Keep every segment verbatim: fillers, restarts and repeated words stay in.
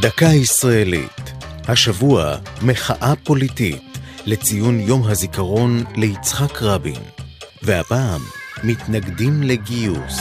דקה ישראלית. השבוע מחאה פוליטית לציון יום הזיכרון ליצחק רבין. והפעם מתנגדים לגיוס.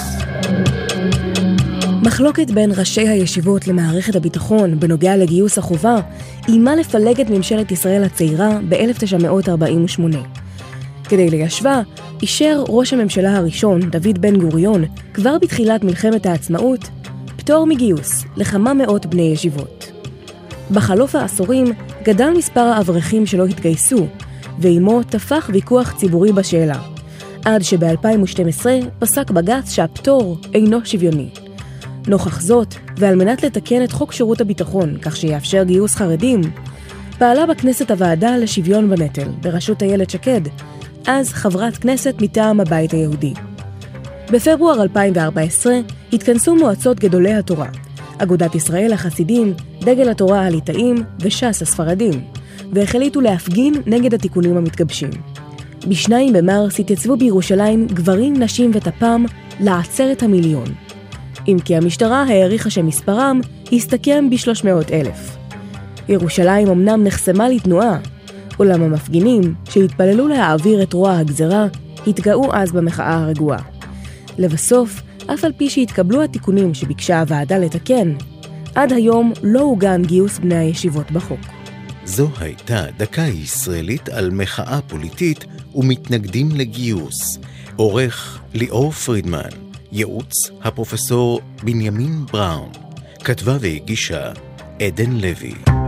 מחלוקת בין ראשי הישיבות למערכת הביטחון בנוגע לגיוס החובה אימה לפלג את ממשלת ישראל הצעירה ב-אלף תשע מאות ארבעים ושמונה. כדי ליישבה, אישר ראש הממשלה הראשון, דוד בן גוריון, כבר בתחילת מלחמת העצמאות, פטור מגיוס לכמה מאות בני ישיבות. בחלוף העשורים גדל מספר האברכים שלא התגייסו, ועימו תפח ויכוח ציבורי בשאלה, עד שב-אלפיים ושתים עשרה פסק בג"ץ שהפטור אינו שוויוני. נוכח זאת, ועל מנת לתקן את חוק שירות הביטחון כך שיאפשר גיוס חרדים, פעלה בכנסת הוועדה לשוויון בנטל, בראשות איילת שקד, אז חברת כנסת מטעם הבית היהודי. בפברואר אלפיים וארבע עשרה התכנסו מועצות גדולי התורה, אגודת ישראל החסידים, דגל התורה הליטאים וש"ס הספרדים, והחליטו להפגין נגד התיקונים המתגבשים. בשניים במרס התייצבו בירושלים גברים, נשים וטפם לעצרת המיליון. אם כי המשטרה העריכה שמספרם הסתכם ב-שלוש מאות אלף. ירושלים אמנם נחסמה לתנועה, אולם המפגינים שהתפללו להעביר את רוע הגזרה התגאו אז במחאה הרגועה. לבסוף, אף על פי שהתקבלו התיקונים שביקשה הוועדה לתקן, עד היום לא הוגן גיוס בני הישיבות בחוק. זו הייתה דקה ישראלית על מחאה פוליטית ומתנגדים לגיוס. עורך ליאור פרידמן, ייעוץ הפרופסור בנימין בראון, כתבה והגישה עדן לוי.